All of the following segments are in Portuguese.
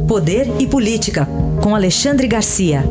Poder e Política, com Alexandre Garcia.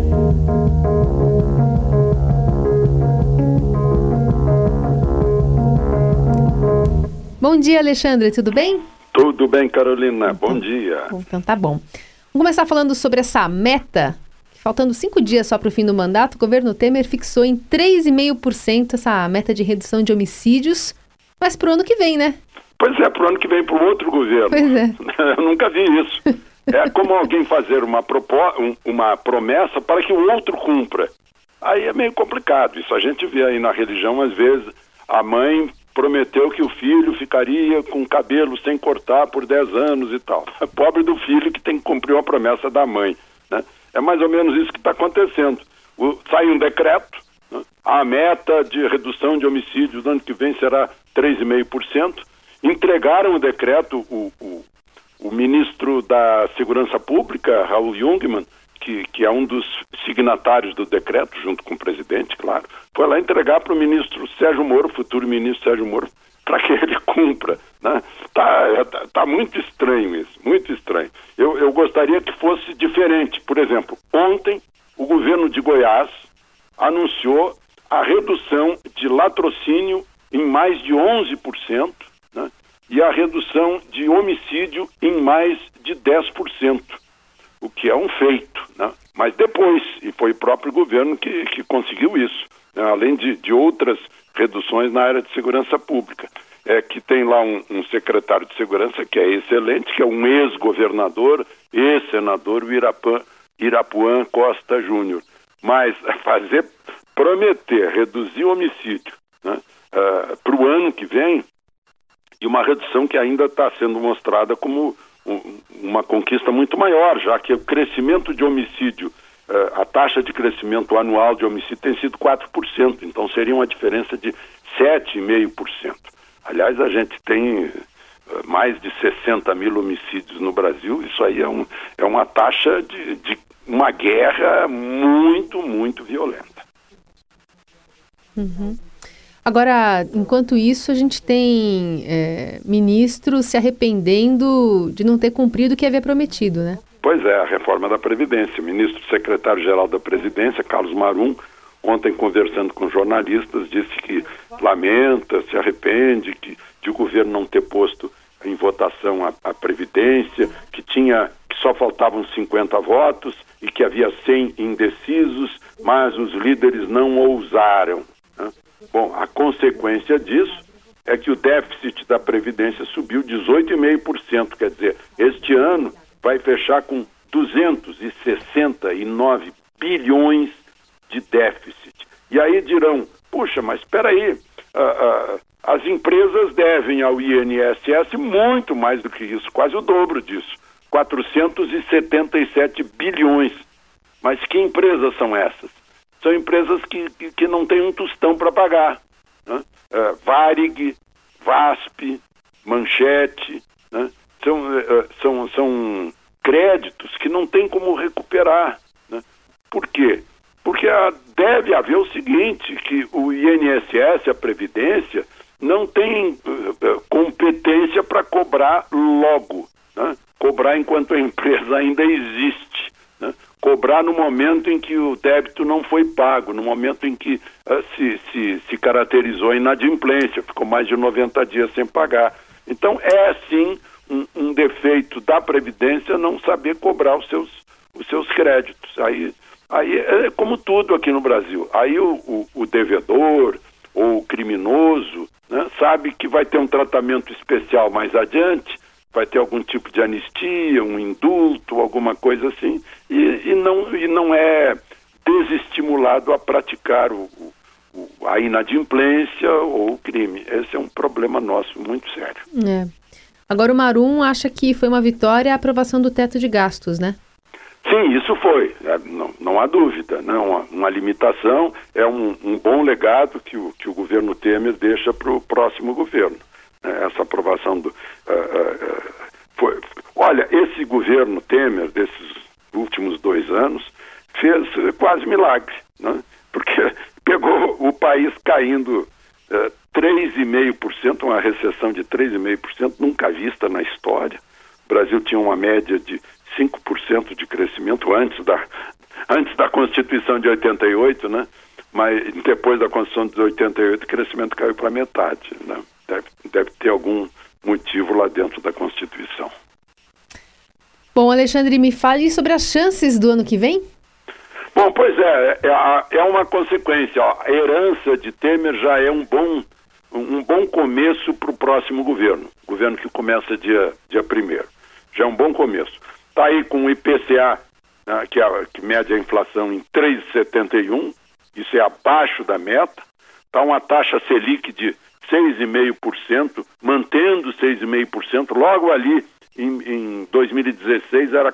Bom dia, Alexandre, tudo bem? Tudo bem, Carolina, bom dia. Então tá bom. Vamos começar falando sobre essa meta. Faltando 5 dias só para o fim do mandato, o governo Temer fixou em 3,5% essa meta de redução de homicídios, mas para o ano que vem, né? Pois é, para o ano que vem, para o outro governo. Pois é. Eu nunca vi isso. É como alguém fazer uma promessa para que o outro cumpra. Aí é meio complicado. Isso a gente vê aí na religião, às vezes, a mãe prometeu que o filho ficaria com cabelo sem cortar por 10 anos e tal. Pobre do filho que tem que cumprir uma promessa da mãe, né? É mais ou menos isso que está acontecendo. Sai um decreto, né? A meta de redução de homicídios no ano que vem será 3,5%. Entregaram o decreto, o ministro da Segurança Pública, Raul Jungmann, que é um dos signatários do decreto, junto com o presidente, claro, foi lá entregar para o ministro Sérgio Moro, futuro ministro Sérgio Moro, para que ele cumpra, né? Tá muito estranho isso, muito estranho. Eu gostaria que fosse diferente. Por exemplo, ontem o governo de Goiás anunciou a redução de latrocínio em mais de 11%, né? E a redução de homicídio em mais de 10%, o que é um feito, né? Mas depois, e foi o próprio governo que conseguiu isso, né? Além de outras reduções na área de segurança pública. Que tem lá um secretário de segurança que é excelente, que é um ex-governador, ex-senador, o Irapuan Costa Júnior. Mas prometer reduzir o homicídio, né, para o ano que vem, e uma redução que ainda está sendo mostrada como uma conquista muito maior, já que o crescimento de homicídio, a taxa de crescimento anual de homicídio tem sido 4%, então seria uma diferença de 7,5%. Aliás, a gente tem mais de 60 mil homicídios no Brasil. Isso aí é uma taxa de uma guerra muito, muito violenta. Uhum. Agora, enquanto isso, a gente tem ministros se arrependendo de não ter cumprido o que havia prometido, né? Pois é, a reforma da Previdência. O ministro secretário-geral da Previdência, Carlos Marum, ontem, conversando com jornalistas, disse que lamenta, se arrepende de o governo não ter posto em votação a Previdência, que só faltavam 50 votos e que havia 100 indecisos, mas os líderes não ousaram, né? Bom, a consequência disso é que o déficit da Previdência subiu 18,5%, quer dizer, este ano vai fechar com 269 bilhões de déficit. E aí dirão, puxa, mas espera aí, as empresas devem ao INSS muito mais do que isso, quase o dobro disso, 477 bilhões. Mas que empresas são essas? São empresas que não têm um tostão para pagar, né? Varig, VASP, Manchete, né? São créditos que não tem como recuperar, né? Por quê? Porque deve haver o seguinte, que o INSS, a Previdência, não tem competência para cobrar logo, né? Cobrar enquanto a empresa ainda existe, né? Cobrar no momento em que o débito não foi pago, no momento em que se caracterizou a inadimplência, ficou mais de 90 dias sem pagar. Então é sim um defeito da Previdência não saber cobrar os seus créditos. Aí é como tudo aqui no Brasil. Aí o devedor ou o criminoso, né, sabe que vai ter um tratamento especial mais adiante, vai ter algum tipo de anistia, um indulto, alguma coisa assim, e não é desestimulado a praticar a inadimplência ou o crime. Esse é um problema nosso muito sério. Agora o Marum acha que foi uma vitória a aprovação do teto de gastos, né? Sim, isso foi, não há dúvida, né? Uma limitação, é um bom legado que o governo Temer deixa para o próximo governo, né? Essa aprovação olha, esse governo Temer, desses últimos 2 anos, fez quase milagre, né? Porque pegou o país caindo 3,5%, uma recessão de 3,5%, nunca vista na história. O Brasil tinha uma média de 5% de crescimento antes da Constituição de 88, né? Mas depois da Constituição de 88 o crescimento caiu para metade, né? Deve ter algum motivo lá dentro da Constituição. Bom, Alexandre, me fale sobre as chances do ano que vem? Bom, pois é uma consequência. A herança de Temer já é um bom começo para o próximo governo que começa dia 1º. Já é um bom começo. Está aí com o IPCA, né, que mede a inflação em 3,71%, isso é abaixo da meta. Está uma taxa Selic de 6,5%, mantendo 6,5%, logo ali em 2016 era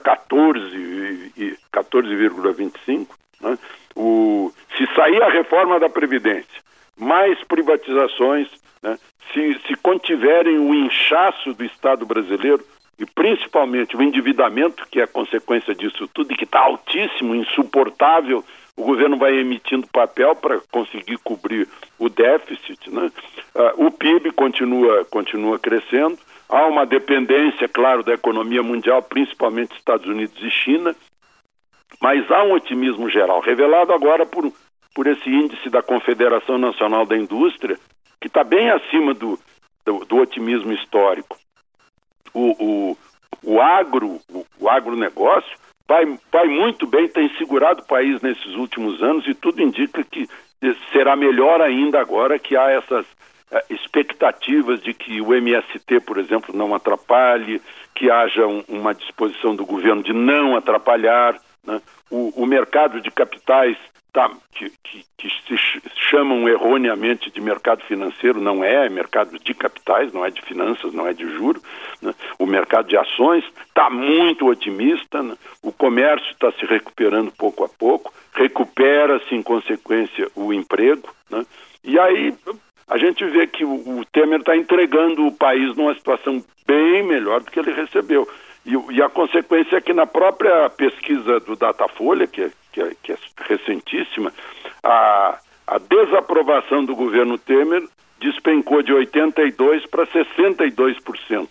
14,25%. Né? Se sair a reforma da Previdência, mais privatizações, né? Se contiverem o inchaço do Estado brasileiro e principalmente o endividamento, que é a consequência disso tudo e que está altíssimo, insuportável, o governo vai emitindo papel para conseguir cobrir o déficit, né? O PIB continua crescendo. Há uma dependência, claro, da economia mundial, principalmente Estados Unidos e China, mas há um otimismo geral, revelado agora por esse índice da Confederação Nacional da Indústria, que está bem acima do otimismo histórico. O agronegócio vai muito bem, tem segurado o país nesses últimos anos e tudo indica que será melhor ainda agora que há essas expectativas de que o MST, por exemplo, não atrapalhe, que haja uma disposição do governo de não atrapalhar, né? O mercado de capitais, que se chamam erroneamente de mercado financeiro, não é mercado de capitais, não é de finanças, não é de juros, né? O mercado de ações está muito otimista, né? O comércio está se recuperando pouco a pouco, recupera-se em consequência o emprego, né? E aí a gente vê que o Temer está entregando o país numa situação bem melhor do que ele recebeu. E a consequência é que na própria pesquisa do Datafolha, que é recentíssima, a desaprovação do governo Temer despencou de 82% para 62%.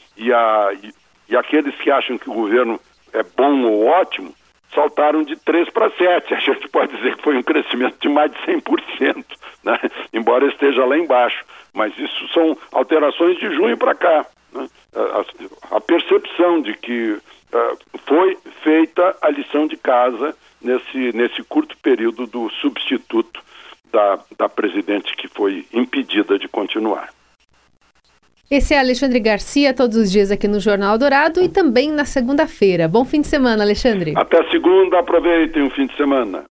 E aqueles que acham que o governo é bom ou ótimo, saltaram de 3 para 7. A gente pode dizer que foi um crescimento de mais de 100%, né? Embora esteja lá embaixo. Mas isso são alterações de junho para cá, né? A percepção de que foi feita a lição de casa nesse curto período do substituto da presidente que foi impedida de continuar. Esse é Alexandre Garcia, todos os dias aqui no Jornal Dourado e também na segunda-feira. Bom fim de semana, Alexandre. Até segunda, aproveitem o fim de semana.